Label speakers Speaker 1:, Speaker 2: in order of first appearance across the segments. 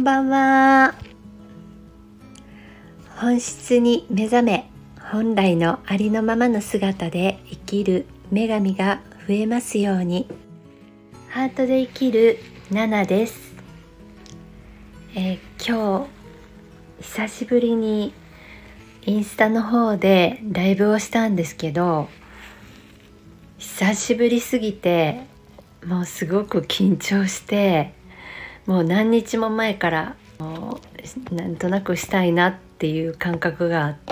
Speaker 1: んばんは。本質に目覚め、本来のありのままの姿で生きる女神が増えますように。ハートで生きるナナです。今日久しぶりにインスタの方でライブをしたんですけど、久しぶりすぎてもうすごく緊張して、もう何日も前からもうなんとなくしたいなっていう感覚があって、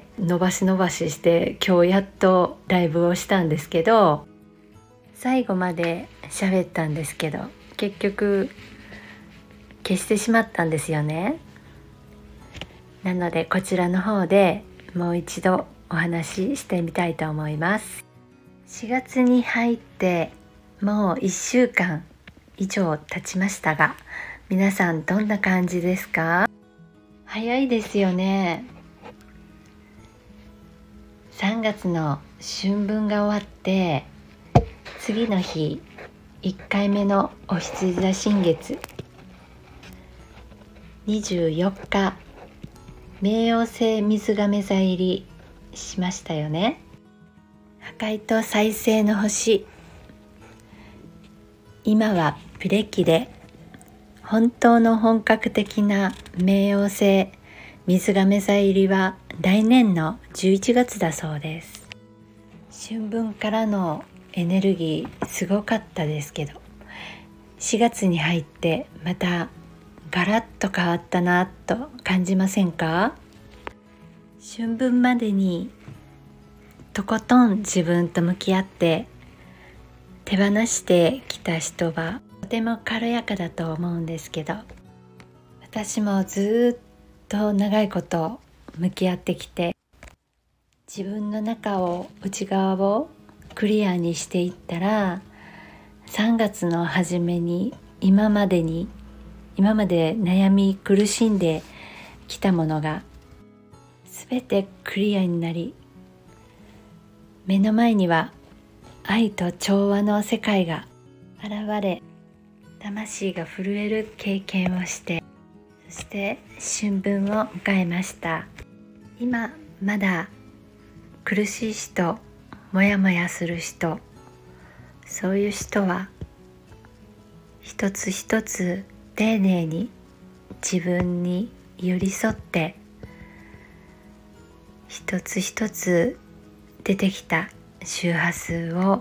Speaker 1: 伸ばしして今日やっとライブをしたんですけど、最後まで喋ったんですけど結局消してしまったんですよね。なのでこちらの方でもう一度お話ししてみたいと思います。4月に入ってもう1週間以上経ちましたが、皆さんどんな感じですか？早いですよね。3月の春分が終わって、次の日1回目のお羊座新月、24日冥王星水亀座入りしましたよね。破壊と再生の星、今はプレ期で、本当の本格的な冥王星水亀座入りは来年の11月だそうです。春分からのエネルギーすごかったですけど、4月に入ってまたガラッと変わったなと感じませんか？春分までにとことん自分と向き合って手放してきた人はとても軽やかだと思うんですけど、私もずっと長いこと向き合ってきて、自分の内側をクリアにしていったら、3月の初めに今まで悩み苦しんできたものが全てクリアになり、目の前には愛と調和の世界が現れ、魂が震える経験をして、そして春分を迎えました。今まだ苦しい人、もやもやする人、そういう人は一つ一つ丁寧に自分に寄り添って、一つ一つ出てきた周波数を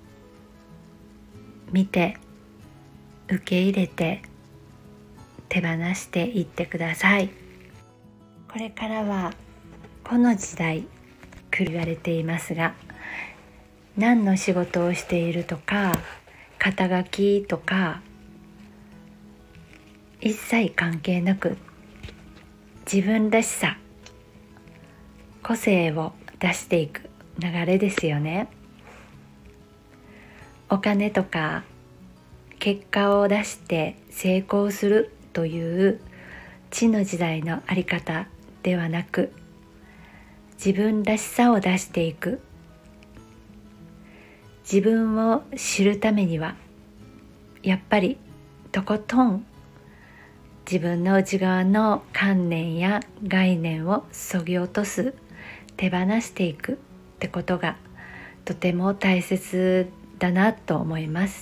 Speaker 1: 見て受け入れて手放していってください。これからはこの時代来言われていますが、何の仕事をしているとか肩書きとか一切関係なく、自分らしさ、個性を出していく流れですよね。お金とか結果を出して成功するという地の時代のあり方ではなく、自分らしさを出していく。自分を知るためにはやっぱりとことん自分の内側の観念や概念を削ぎ落とす、手放していくってことがとても大切だなと思います。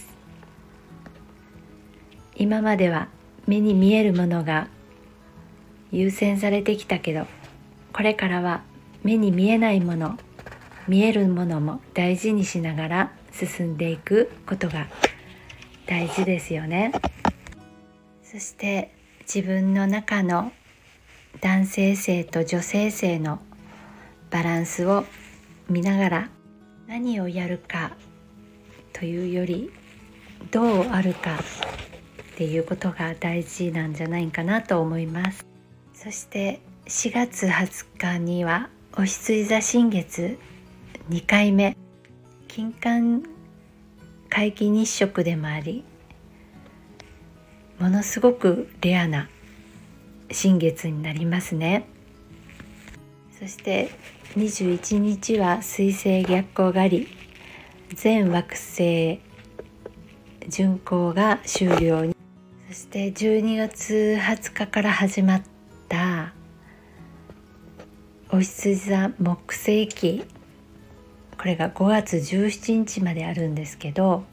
Speaker 1: 今までは目に見えるものが優先されてきたけど、これからは目に見えないもの、見えるものも大事にしながら進んでいくことが大事ですよね。そして自分の中の男性性と女性性のバランスを見ながら、何をやるかというよりどうあるかっていうことが大事なんじゃないかなと思います。そして4月20日にはお羊座新月2回目、金環皆既日食でもあり、ものすごくレアな新月になりますね。そして21日は水星逆行があり、全惑星巡行が終了に、そそして12月20日から始まったお羊座木星期、これが5月17日まであるんですけど、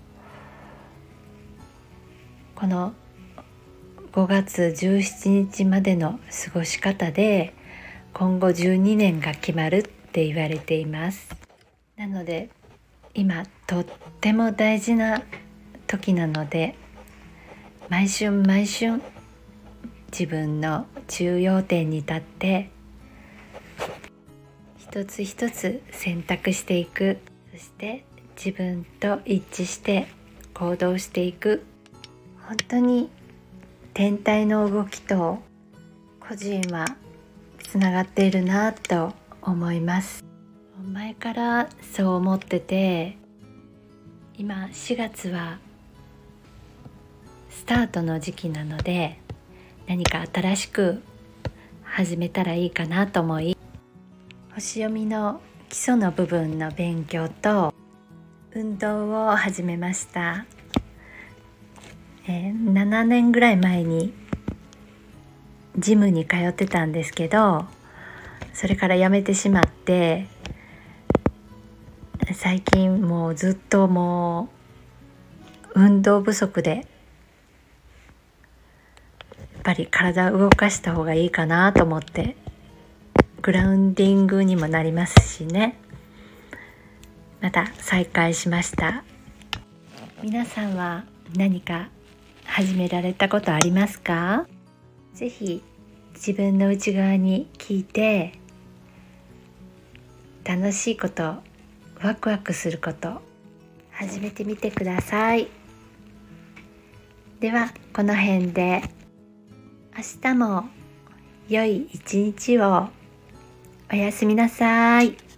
Speaker 1: この5月17日までの過ごし方で今後12年が決まるって言われています。なので今とっても大事な時なので、毎春毎春自分の中央点に立って一つ一つ選択していく、そして自分と一致して行動していく。本当に天体の動きと個人はつながっているなと思います。前からそう思ってて、今4月はスタートの時期なので、何か新しく始めたらいいかなと思い、星読みの基礎の部分の勉強と運動を始めました。7年ぐらい前にジムに通ってたんですけど、それからやめてしまって、最近もうずっと運動不足で、やっぱり体を動かした方がいいかなと思って、グラウンディングにもなりますしね、また再開しました。皆さんは何か始められたことありますか？ぜひ自分の内側に聞いて、楽しいこと、ワクワクすること始めてみてください。ではこの辺で、明日も良い一日を。おやすみなさい。